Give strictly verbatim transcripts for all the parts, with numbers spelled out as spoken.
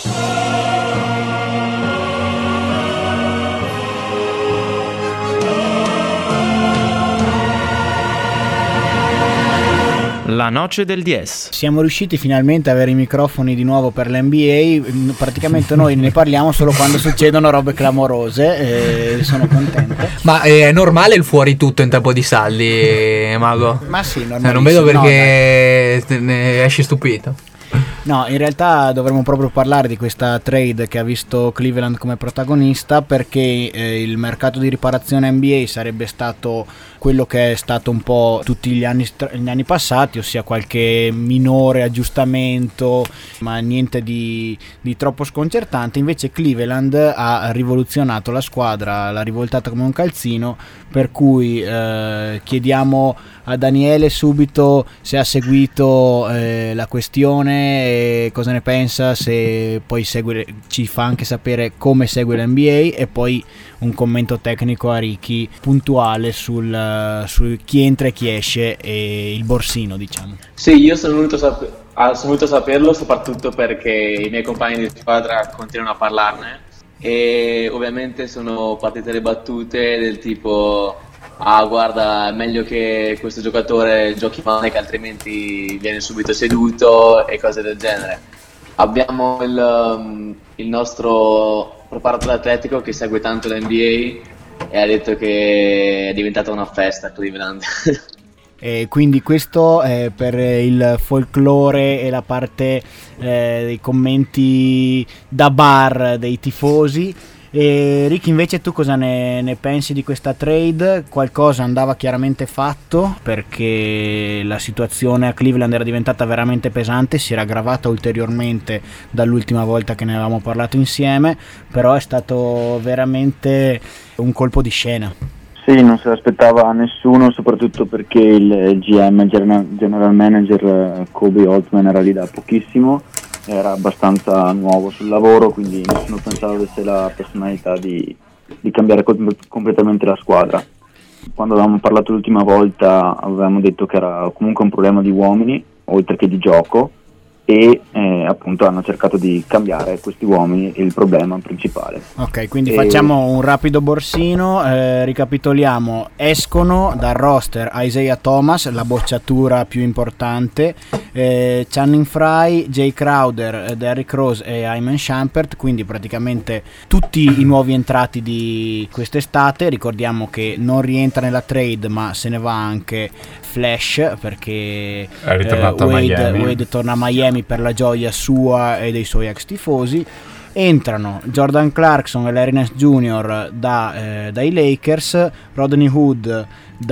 La noce del D S. Siamo riusciti finalmente ad avere i microfoni di nuovo per l'N B A. Praticamente noi ne parliamo solo quando succedono robe clamorose e sono contento. Ma è normale il fuori tutto in tempo di saldi, Mago? Ma sì, normalissimo. Eh, non vedo perché no, ne esci stupito. No, in realtà dovremmo proprio parlare di questa trade che ha visto Cleveland come protagonista, perché eh, il mercato di riparazione N B A sarebbe stato quello che è stato un po' tutti gli anni, gli anni passati, ossia qualche minore aggiustamento, ma niente di, di troppo sconcertante. Invece Cleveland ha rivoluzionato la squadra, l'ha rivoltata come un calzino, per cui eh, chiediamo a Daniele subito se ha seguito eh, la questione e cosa ne pensa, se poi segue, ci fa anche sapere come segue l'N B A, e poi un commento tecnico a Ricky puntuale sul, su chi entra e chi esce e il borsino, diciamo. Sì, io sono venuto, sap- sono venuto a saperlo soprattutto perché i miei compagni di squadra continuano a parlarne e ovviamente sono partite le battute del tipo: ah, guarda, è meglio che questo giocatore giochi male che altrimenti viene subito seduto e cose del genere. Abbiamo il, um, il nostro preparatore atletico che segue tanto l'N B A e ha detto che è diventata una festa Cleveland. E quindi questo è per il folklore e la parte eh, dei commenti da bar dei tifosi. E Ricky, invece, tu cosa ne, ne pensi di questa trade? Qualcosa andava chiaramente fatto, perché la situazione a Cleveland era diventata veramente pesante, si era aggravata ulteriormente dall'ultima volta che ne avevamo parlato insieme, però è stato veramente un colpo di scena. Sì, non se l'aspettava nessuno, soprattutto perché il G M, il general manager Kobe Altman, era lì da pochissimo, era abbastanza nuovo sul lavoro, quindi nessuno pensava avesse la personalità di, di cambiare com- completamente la squadra. Quando avevamo parlato l'ultima volta avevamo detto che era comunque un problema di uomini oltre che di gioco, e eh, appunto hanno cercato di cambiare questi uomini il problema principale. Ok, quindi e... facciamo un rapido borsino, eh, ricapitoliamo: escono dal roster Isaiah Thomas, la bocciatura più importante, eh, Channing Frye, Jay Crowder, Derrick Rose e Iman Shumpert, quindi praticamente tutti i nuovi entrati di quest'estate. Ricordiamo che non rientra nella trade, ma se ne va anche Flash, perché è ritornato eh, Wade, a Miami. Wade torna a Miami per la gioia sua e dei suoi ex tifosi. Entrano Jordan Clarkson e Larry Nance Junior da, eh, dai Lakers, Rodney Hood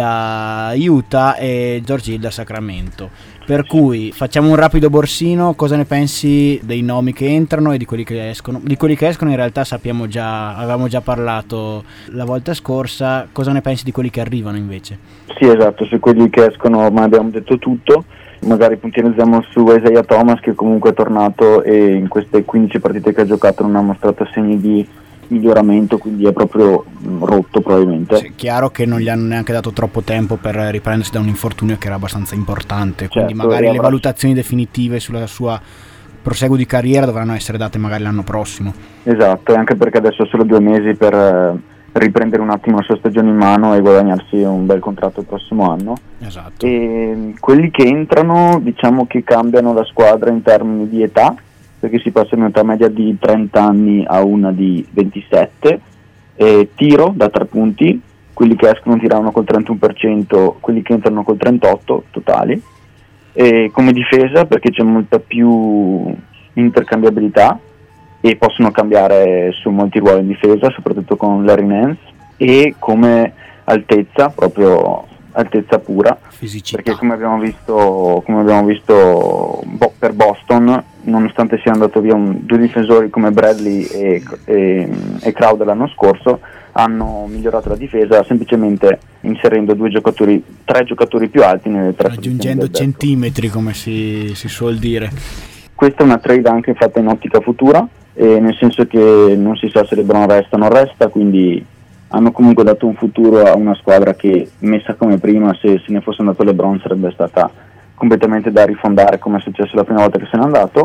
da Utah e George Hill da Sacramento. Per cui facciamo un rapido borsino: cosa ne pensi dei nomi che entrano e di quelli che escono? Di quelli che escono in realtà sappiamo già, avevamo già parlato la volta scorsa. Cosa ne pensi di quelli che arrivano invece? Sì, esatto, su quelli che escono ormai abbiamo detto tutto. Magari puntualizziamo su Isaiah Thomas, che comunque è tornato e in queste quindici partite che ha giocato non ha mostrato segni di miglioramento, quindi è proprio rotto probabilmente. Sì, chiaro che non gli hanno neanche dato troppo tempo per riprendersi da un infortunio che era abbastanza importante, quindi certo, magari le avrà... valutazioni definitive sulla sua proseguo di carriera dovranno essere date magari l'anno prossimo. Esatto, e anche perché adesso ha solo due mesi per eh, riprendere un attimo la sua stagione in mano e guadagnarsi un bel contratto il prossimo anno. Esatto. E quelli che entrano, diciamo che cambiano la squadra in termini di età, perché si passa in un'età media di trenta anni a una di ventisette. E tiro da tre punti, quelli che escono tiravano col trentuno per cento, quelli che entrano col trentotto totali. E come difesa, perché c'è molta più intercambiabilità e possono cambiare su molti ruoli in difesa, soprattutto con Larry Nance. E come altezza, proprio altezza pura, fisicità, perché come abbiamo visto come abbiamo visto bo- per Boston, nonostante sia andato via un, due difensori come Bradley e, e, e Crowder l'anno scorso, hanno migliorato la difesa semplicemente inserendo due giocatori, tre giocatori più alti nelle tre aggiungendo centimetri, come si, si suol dire. Questa è una trade anche fatta in ottica futura, e nel senso che non si sa se LeBron resta o non resta, quindi hanno comunque dato un futuro a una squadra che, messa come prima, se se ne fosse andato LeBron sarebbe stata completamente da rifondare, come è successo la prima volta che se n'è andato.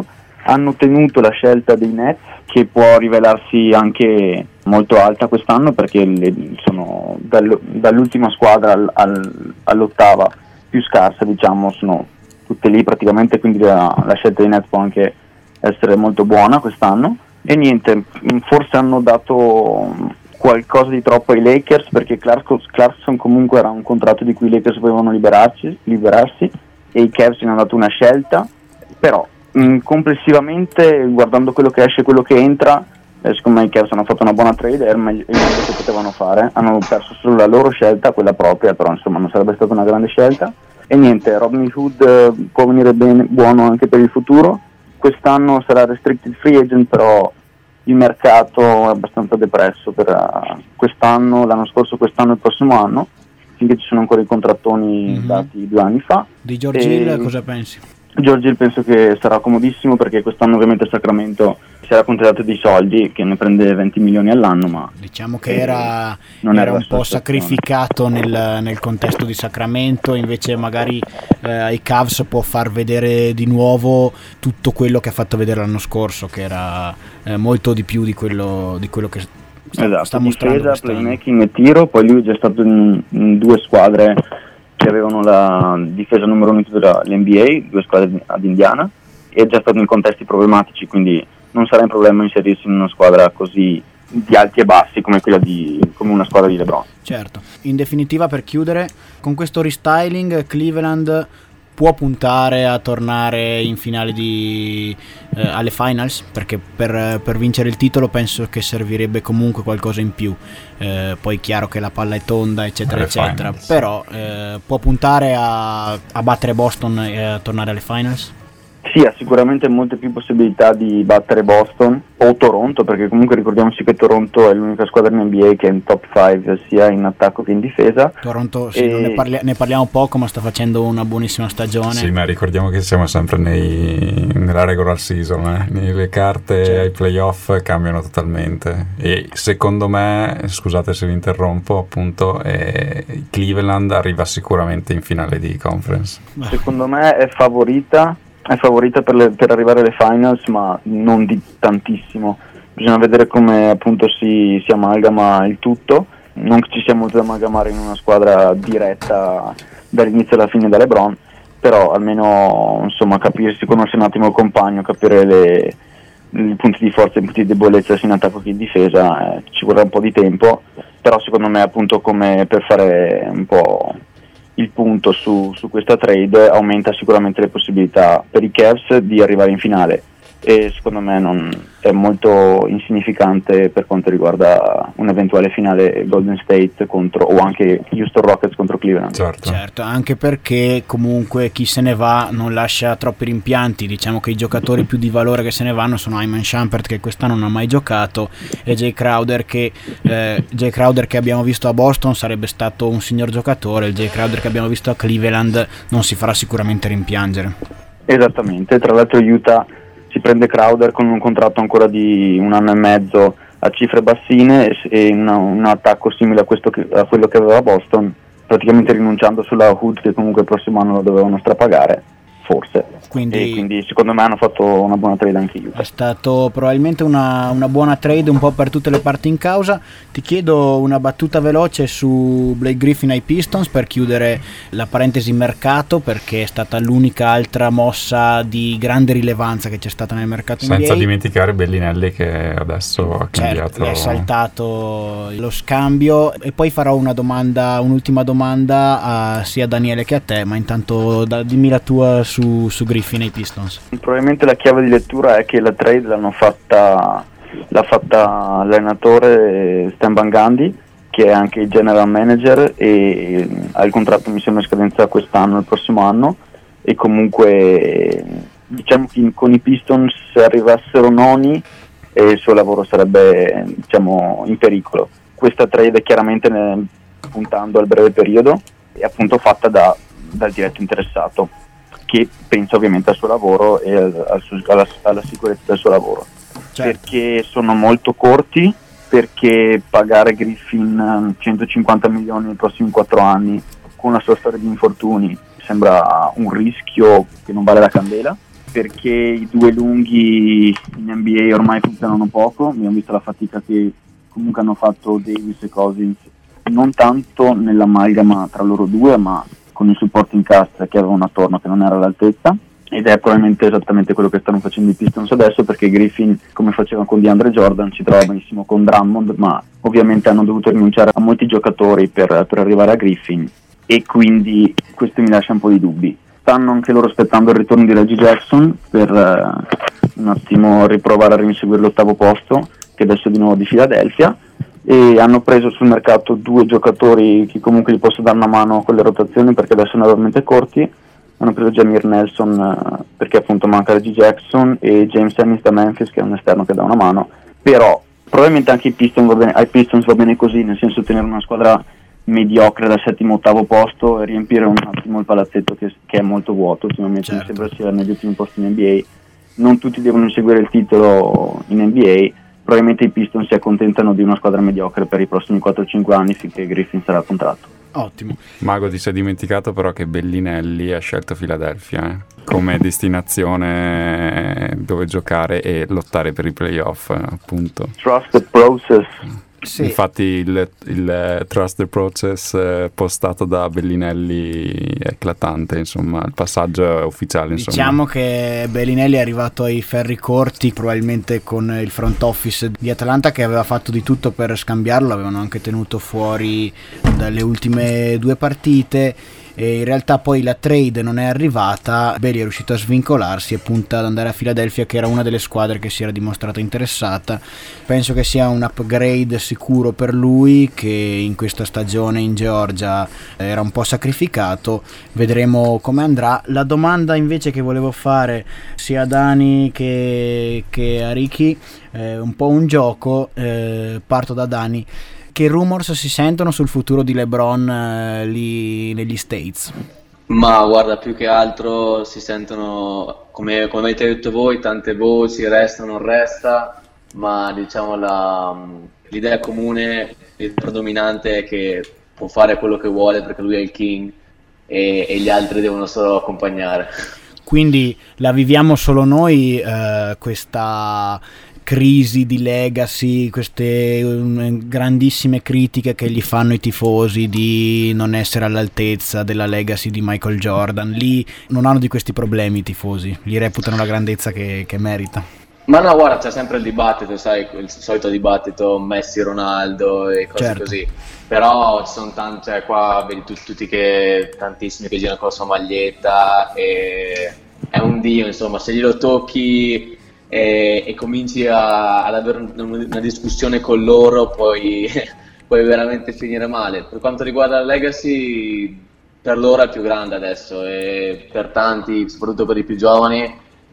hanno tenuto la scelta dei Nets, che può rivelarsi anche molto alta quest'anno, perché le, sono dal, dall'ultima squadra al, al, all'ottava più scarsa, diciamo, sono tutte lì praticamente, quindi la, la scelta dei Nets può anche essere molto buona quest'anno. E niente, forse hanno dato qualcosa di troppo ai Lakers, perché Clarkson comunque era un contratto di cui i Lakers dovevano liberarsi, liberarsi e i Cavs hanno dato una scelta, però mh, complessivamente, guardando quello che esce e quello che entra, eh, secondo me i Cavs hanno fatto una buona trade, è il meglio, il meglio che potevano fare. Hanno perso solo la loro scelta, quella propria, però insomma non sarebbe stata una grande scelta. E niente, Rodney Hood eh, può venire bene, buono anche per il futuro. Quest'anno sarà restricted free agent, però il mercato è abbastanza depresso per uh, quest'anno, l'anno scorso, quest'anno e il prossimo anno, finché ci sono ancora i contrattoni mm-hmm. dati due anni fa. Di George Hill cosa pensi? George Hill penso che sarà comodissimo, perché quest'anno ovviamente Sacramento si era contrattato dei soldi, che ne prende venti milioni all'anno, ma diciamo che era, non era, era un po' sacrificato nel, nel contesto di Sacramento, invece magari eh, ai Cavs può far vedere di nuovo tutto quello che ha fatto vedere l'anno scorso, che era eh, molto di più di quello, di quello che sta, esatto, sta mostrando difesa, quest'anno. Playmaking e tiro. Poi lui è già stato in, in due squadre che avevano la difesa numero uno dell'N B A, due squadre ad Indiana, e è già stato in contesti problematici, quindi non sarà un problema inserirsi in una squadra così di alti e bassi come quella di come una squadra di LeBron. Certo. In definitiva, per chiudere, con questo restyling Cleveland può puntare a tornare in finale di eh, alle finals, perché per, per vincere il titolo penso che servirebbe comunque qualcosa in più. Eh, poi chiaro che la palla è tonda, eccetera alle eccetera, finals. Però eh, può puntare a, a battere Boston e a tornare alle finals? Sì, ha sicuramente molte più possibilità di battere Boston o Toronto, perché comunque ricordiamoci che Toronto è l'unica squadra in N B A che è in top cinque sia in attacco che in difesa. Toronto sì, e... non ne, parli- ne parliamo poco, ma sta facendo una buonissima stagione. Sì, ma ricordiamo che siamo sempre nei, nella regular season, eh? Le carte certo. ai playoff cambiano totalmente, e secondo me, scusate se vi interrompo, appunto eh, Cleveland arriva sicuramente in finale di conference. Secondo me è favorita è favorita per, le, per arrivare alle finals, ma non di tantissimo. Bisogna vedere come appunto si, si amalgama il tutto. Non che ci sia molto da amalgamare in una squadra diretta dall'inizio alla fine da LeBron, però almeno insomma capirsi, conoscere un attimo il compagno, capire le, i punti di forza e i punti di debolezza sia in attacco che in difesa, eh, ci vorrà un po' di tempo, però secondo me appunto come per fare un po' il punto su, su questa trade aumenta sicuramente le possibilità per i Cavs di arrivare in finale, e secondo me non è molto insignificante per quanto riguarda un'eventuale finale Golden State contro, o anche Houston Rockets contro Cleveland. Certo. Certo, anche perché comunque chi se ne va non lascia troppi rimpianti. Diciamo che i giocatori più di valore che se ne vanno sono Iman Shumpert, che quest'anno non ha mai giocato, e Jay Crowder che eh, Jay Crowder che abbiamo visto a Boston sarebbe stato un signor giocatore, il Jay Crowder che abbiamo visto a Cleveland non si farà sicuramente rimpiangere. Esattamente, tra l'altro Utah si prende Crowder con un contratto ancora di un anno e mezzo a cifre bassine e una, un attacco simile a, questo che, a quello che aveva Boston, praticamente rinunciando sulla Hood, che comunque il prossimo anno lo dovevano strapagare, forse. Quindi, e quindi secondo me hanno fatto una buona trade anche Utah. È stato probabilmente una, una buona trade un po' per tutte le parti in causa. Ti chiedo una battuta veloce su Blake Griffin ai Pistons per chiudere la parentesi mercato, perché è stata l'unica altra mossa di grande rilevanza che c'è stata nel mercato senza N B A. dimenticare Bellinelli, che adesso ha cambiato, certo, è saltato lo scambio. E poi farò una domanda, un'ultima domanda a sia a Daniele che a te, ma intanto da, dimmi la tua su, su Griffin ai Pistons. Probabilmente la chiave di lettura è che la trade l'hanno fatta l'ha fatta l'allenatore Stan Van Gundy, che è anche il general manager, e ha il contratto mi sembra in scadenza quest'anno, il prossimo anno, e comunque diciamo che con i Pistons, se arrivassero noni, eh, il suo lavoro sarebbe diciamo in pericolo. Questa trade è chiaramente ne, puntando al breve periodo, è appunto fatta da, dal diretto interessato, che pensa ovviamente al suo lavoro e al, al suo, alla, alla sicurezza del suo lavoro. Certo. Perché sono molto corti, perché pagare Griffin centocinquanta milioni nei prossimi quattro anni con la sua storia di infortuni sembra un rischio che non vale la candela, perché i due lunghi in N B A ormai funzionano poco. Abbiamo visto la fatica che comunque hanno fatto Davis e Cousins, non tanto nell'amalgama tra loro due, ma con il supporto in cassa che avevano attorno che non era all'altezza, ed è probabilmente esattamente quello che stanno facendo i Pistons adesso, perché Griffin, come faceva con DeAndre Jordan, ci trova benissimo con Drummond, ma ovviamente hanno dovuto rinunciare a molti giocatori per, per arrivare a Griffin, e quindi questo mi lascia un po' di dubbi. Stanno anche loro aspettando il ritorno di Reggie Jackson per eh, un attimo riprovare a rinseguire l'ottavo posto, che adesso è di nuovo di Philadelphia, e hanno preso sul mercato due giocatori che comunque gli possono dare una mano con le rotazioni, perché adesso sono veramente corti. Hanno preso Jameer Nelson eh, perché appunto manca Reggie Jackson, e James Ennis da Memphis, che è un esterno che dà una mano. Però probabilmente anche i Pistons va bene, ai Pistons va bene così, nel senso tenere una squadra mediocre dal settimo ottavo posto e riempire un attimo il palazzetto che, che è molto vuoto ultimamente. Certo. Mi sembra sia negli ultimi posti in N B A. Non tutti devono inseguire il titolo in N B A. Probabilmente i Pistons si accontentano di una squadra mediocre per i prossimi quattro cinque anni finché Griffin sarà a contratto. Ottimo. Mago, ti sei dimenticato però che Bellinelli ha scelto Philadelphia eh? come destinazione dove giocare e lottare per i playoff, appunto. Trust the process. Sì. Infatti il, il Trust the Process eh, postato da Bellinelli è eclatante, insomma, il passaggio è ufficiale, insomma. Diciamo che Bellinelli è arrivato ai ferri corti, probabilmente con il front office di Atlanta, che aveva fatto di tutto per scambiarlo, l'avevano anche tenuto fuori dalle ultime due partite, e in realtà poi la trade non è arrivata. Belli è riuscito a svincolarsi e punta ad andare a Philadelphia, che era una delle squadre che si era dimostrata interessata. Penso che sia un upgrade sicuro per lui, che in questa stagione in Georgia era un po' sacrificato. Vedremo come andrà. La domanda invece che volevo fare sia a Dani che, che a Ricky, eh, un po' un gioco, eh, parto da Dani. Che rumors si sentono sul futuro di LeBron eh, lì negli States? Ma guarda, più che altro si sentono, come, come avete detto voi, tante voci, resta o non resta, ma diciamo la, l'idea comune, l'idea predominante è che può fare quello che vuole perché lui è il king, e, e gli altri devono solo accompagnare. Quindi la viviamo solo noi eh, questa crisi di legacy, queste um, grandissime critiche che gli fanno i tifosi di non essere all'altezza della legacy di Michael Jordan? Lì non hanno di questi problemi i tifosi, gli reputano la grandezza che, che merita. Ma no, guarda, c'è sempre il dibattito, sai, il solito dibattito Messi-Ronaldo e cose Certo. così. Però ci sono tanti, cioè qua vedi tutti, tutti che, tantissimi che girano con la sua maglietta, e è un dio, insomma, se glielo tocchi e, e cominci a, ad avere una discussione con loro, poi puoi veramente finire male. Per quanto riguarda la legacy, per loro è più grande adesso, e per tanti, soprattutto per i più giovani,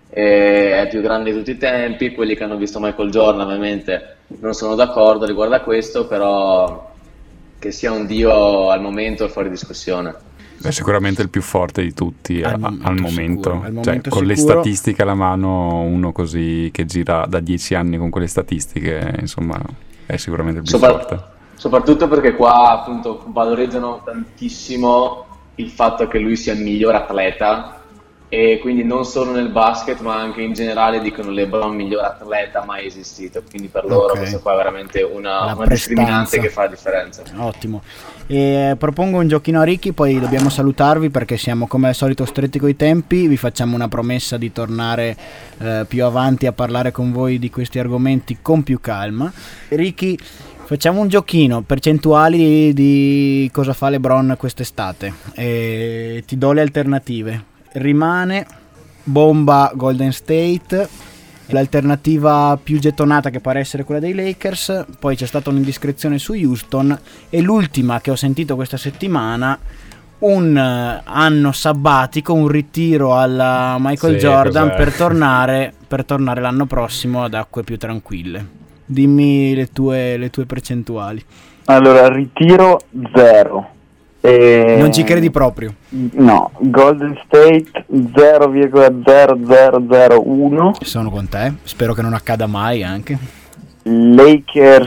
è più grande di tutti i tempi. Quelli che hanno visto Michael Jordan ovviamente non sono d'accordo riguardo a questo, però che sia un dio al momento è fuori discussione. È sicuramente il più forte di tutti Al a- momento al momento, sicuro, al cioè, momento con le sicuro. statistiche alla mano, uno così che gira da dieci anni con quelle statistiche, insomma, è sicuramente il più Sopra- forte. Soprattutto perché qua appunto valorizzano tantissimo il fatto che lui sia il miglior atleta, e quindi non solo nel basket ma anche in generale dicono LeBron miglior atleta mai esistito, quindi per loro Ok. questo qua è veramente una, La una discriminante prestanza. che fa la differenza. Ottimo. E propongo un giochino a Ricky, poi dobbiamo salutarvi perché siamo come al solito stretti coi tempi. Vi facciamo una promessa di tornare eh, più avanti a parlare con voi di questi argomenti con più calma. Ricky, facciamo un giochino, percentuali di, di cosa fa LeBron quest'estate, e ti do le alternative. Rimane, bomba Golden State, l'alternativa più gettonata che pare essere quella dei Lakers, poi c'è stata un'indiscrezione su Houston, e l'ultima che ho sentito questa settimana, un eh, anno sabbatico, un ritiro alla Michael Sì, Jordan cos'è? per tornare, per tornare l'anno prossimo ad acque più tranquille. Dimmi le tue, le tue percentuali. Allora, ritiro zero. E... Non ci credi proprio? No, Golden State zero virgola zero zero zero uno, Sono con te, spero che non accada mai anche. Lakers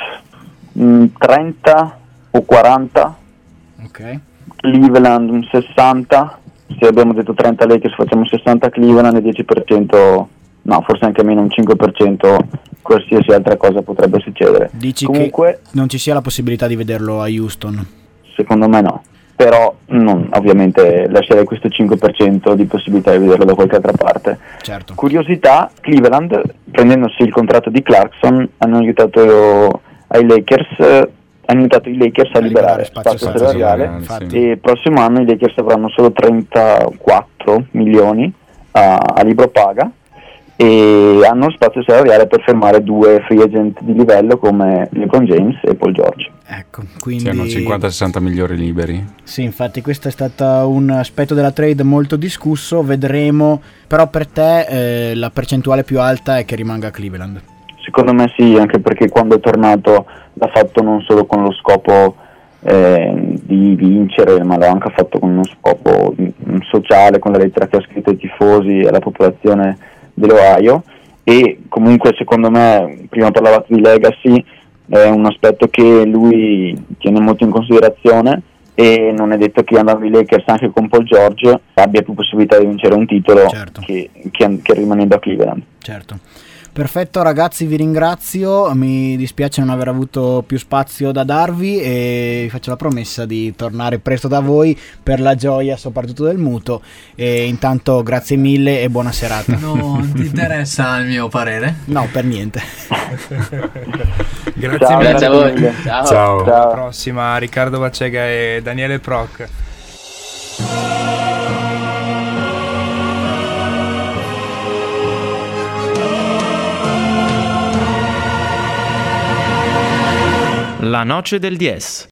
mh, trenta o quaranta, Ok. Cleveland un sessanta, se abbiamo detto trenta Lakers facciamo sessanta Cleveland e dieci per cento, no, forse anche meno, un cinque per cento qualsiasi altra cosa potrebbe succedere. Dici Comunque, che non ci sia la possibilità di vederlo a Houston? Secondo me no, però non, ovviamente lascerei questo cinque per cento di possibilità di vederlo da qualche altra parte. Certo. Curiosità, Cleveland, prendendosi il contratto di Clarkson, hanno aiutato ai Lakers, eh, hanno aiutato i Lakers a, a liberare spazio, spazio salariale, salariale e il prossimo anno i Lakers avranno solo trentaquattro milioni a, a libro paga e hanno spazio salariale per fermare due free agent di livello come LeBron James e Paul George. Ecco, quindi sì, hanno cinquanta sessanta migliori liberi. Sì, infatti questo è stato un aspetto della trade molto discusso, vedremo, però per te eh, la percentuale più alta è che rimanga a Cleveland. Secondo me sì, anche perché quando è tornato l'ha fatto non solo con lo scopo eh, di vincere, ma l'ha anche fatto con uno scopo sociale, con la lettera che ha scritto ai tifosi e alla popolazione dell'Ohio. E comunque secondo me, prima parlavate di legacy, è un aspetto che lui tiene molto in considerazione e non è detto che andando ai Lakers anche con Paul George abbia più possibilità di vincere un titolo, certo, che, che, che rimanendo a Cleveland. Certo. Perfetto ragazzi, vi ringrazio, mi dispiace non aver avuto più spazio da darvi e vi faccio la promessa di tornare presto da voi per la gioia soprattutto del mutuo, e intanto grazie mille e buona serata. No, non ti interessa il mio parere? No, per niente. Grazie Ciao, mille. Grazie a voi. Ciao. Ciao. Alla prossima, Riccardo Baccega e Daniele Proc. La noce del diez.